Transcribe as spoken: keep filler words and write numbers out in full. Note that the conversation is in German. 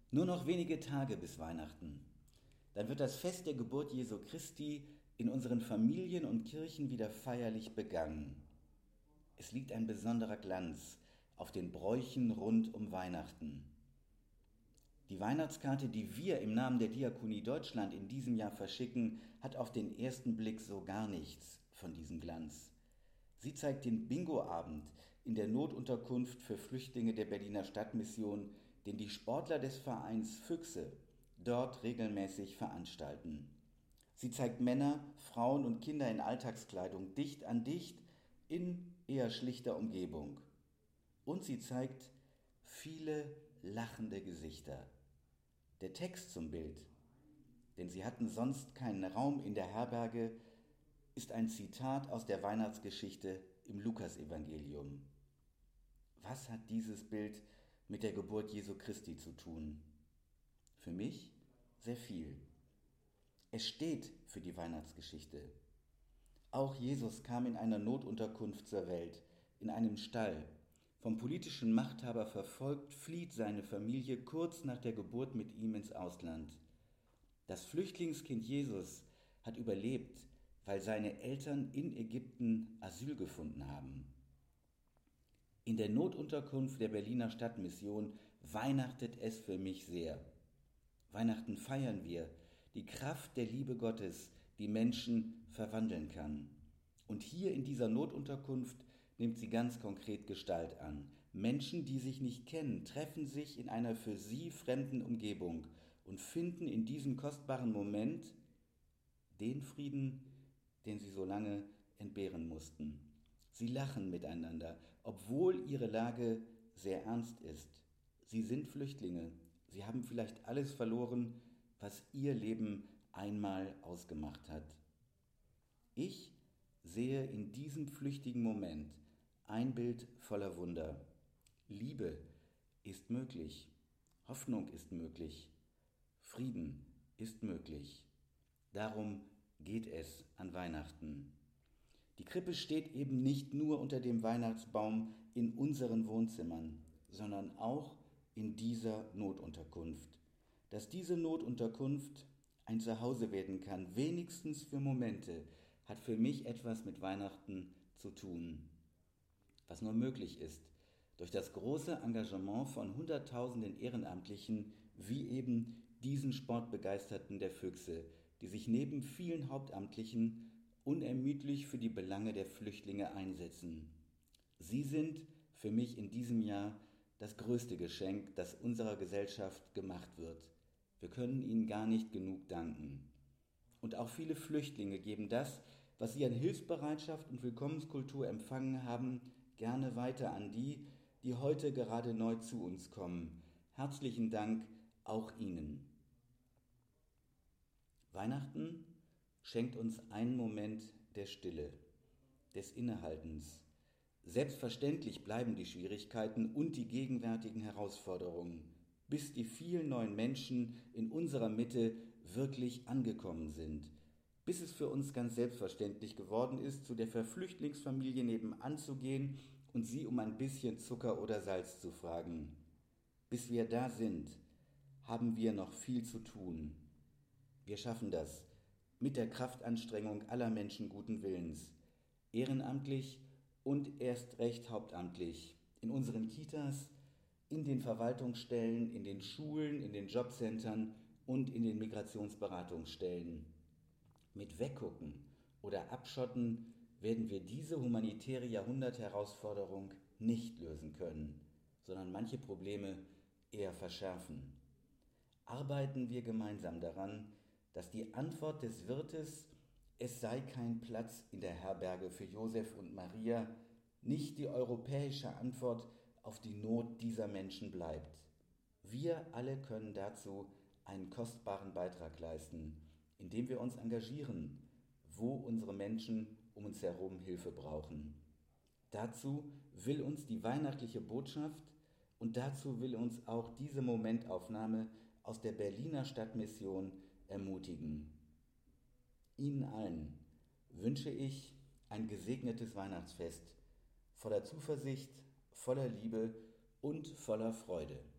Nur noch wenige Tage bis Weihnachten. Dann wird das Fest der Geburt Jesu Christi in unseren Familien und Kirchen wieder feierlich begangen. Es liegt ein besonderer Glanz auf den Bräuchen rund um Weihnachten. Die Weihnachtskarte, die wir im Namen der Diakonie Deutschland in diesem Jahr verschicken, hat auf den ersten Blick so gar nichts von diesem Glanz. Sie zeigt den Bingo-Abend in der Notunterkunft für Flüchtlinge der Berliner Stadtmission, den die Sportler des Vereins Füchse dort regelmäßig veranstalten. Sie zeigt Männer, Frauen und Kinder in Alltagskleidung dicht an dicht in eher schlichter Umgebung. Und sie zeigt viele lachende Gesichter. Der Text zum Bild, denn sie hatten sonst keinen Raum in der Herberge, ist ein Zitat aus der Weihnachtsgeschichte im Lukasevangelium. Was hat dieses Bild mit der Geburt Jesu Christi zu tun? Für mich sehr viel. Es steht für die Weihnachtsgeschichte. Auch Jesus kam in einer Notunterkunft zur Welt, in einem Stall. Vom politischen Machthaber verfolgt, flieht seine Familie kurz nach der Geburt mit ihm ins Ausland. Das Flüchtlingskind Jesus hat überlebt, weil seine Eltern in Ägypten Asyl gefunden haben. In der Notunterkunft der Berliner Stadtmission weihnachtet es für mich sehr. Weihnachten feiern wir, die Kraft der Liebe Gottes, die Menschen verwandeln kann. Und hier in dieser Notunterkunft nimmt sie ganz konkret Gestalt an. Menschen, die sich nicht kennen, treffen sich in einer für sie fremden Umgebung und finden in diesem kostbaren Moment den Frieden, den sie so lange entbehren mussten. Sie lachen miteinander, obwohl ihre Lage sehr ernst ist. Sie sind Flüchtlinge. Sie haben vielleicht alles verloren, was ihr Leben einmal ausgemacht hat. Ich sehe in diesem flüchtigen Moment ein Bild voller Wunder. Liebe ist möglich, Hoffnung ist möglich, Frieden ist möglich. Darum geht es an Weihnachten. Die Krippe steht eben nicht nur unter dem Weihnachtsbaum in unseren Wohnzimmern, sondern auch in dieser Notunterkunft. Dass diese Notunterkunft ein Zuhause werden kann, wenigstens für Momente, hat für mich etwas mit Weihnachten zu tun. Was nur möglich ist, durch das große Engagement von Hunderttausenden Ehrenamtlichen, wie eben diesen Sportbegeisterten der Füchse, die sich neben vielen Hauptamtlichen unermüdlich für die Belange der Flüchtlinge einsetzen. Sie sind für mich in diesem Jahr das größte Geschenk, das unserer Gesellschaft gemacht wird. Wir können ihnen gar nicht genug danken. Und auch viele Flüchtlinge geben das, was sie an Hilfsbereitschaft und Willkommenskultur empfangen haben, gerne weiter an die, die heute gerade neu zu uns kommen. Herzlichen Dank auch Ihnen. Weihnachten schenkt uns einen Moment der Stille, des Innehaltens. Selbstverständlich bleiben die Schwierigkeiten und die gegenwärtigen Herausforderungen, bis die vielen neuen Menschen in unserer Mitte wirklich angekommen sind, bis es für uns ganz selbstverständlich geworden ist, zu der Flüchtlingsfamilie nebenan zu gehen und sie um ein bisschen Zucker oder Salz zu fragen. Bis wir da sind, haben wir noch viel zu tun. Wir schaffen das mit der Kraftanstrengung aller Menschen guten Willens, ehrenamtlich und erst recht hauptamtlich, in unseren Kitas, in den Verwaltungsstellen, in den Schulen, in den Jobcentern und in den Migrationsberatungsstellen. Mit Weggucken oder Abschotten werden wir diese humanitäre Jahrhundertherausforderung nicht lösen können, sondern manche Probleme eher verschärfen. Arbeiten wir gemeinsam daran, dass die Antwort des Wirtes, es sei kein Platz in der Herberge für Josef und Maria, nicht die europäische Antwort auf die Not dieser Menschen bleibt. Wir alle können dazu einen kostbaren Beitrag leisten, indem wir uns engagieren, wo unsere Menschen um uns herum Hilfe brauchen. Dazu will uns die weihnachtliche Botschaft und dazu will uns auch diese Momentaufnahme aus der Berliner Stadtmission ermutigen. Ihnen allen wünsche ich ein gesegnetes Weihnachtsfest voller Zuversicht, voller Liebe und voller Freude.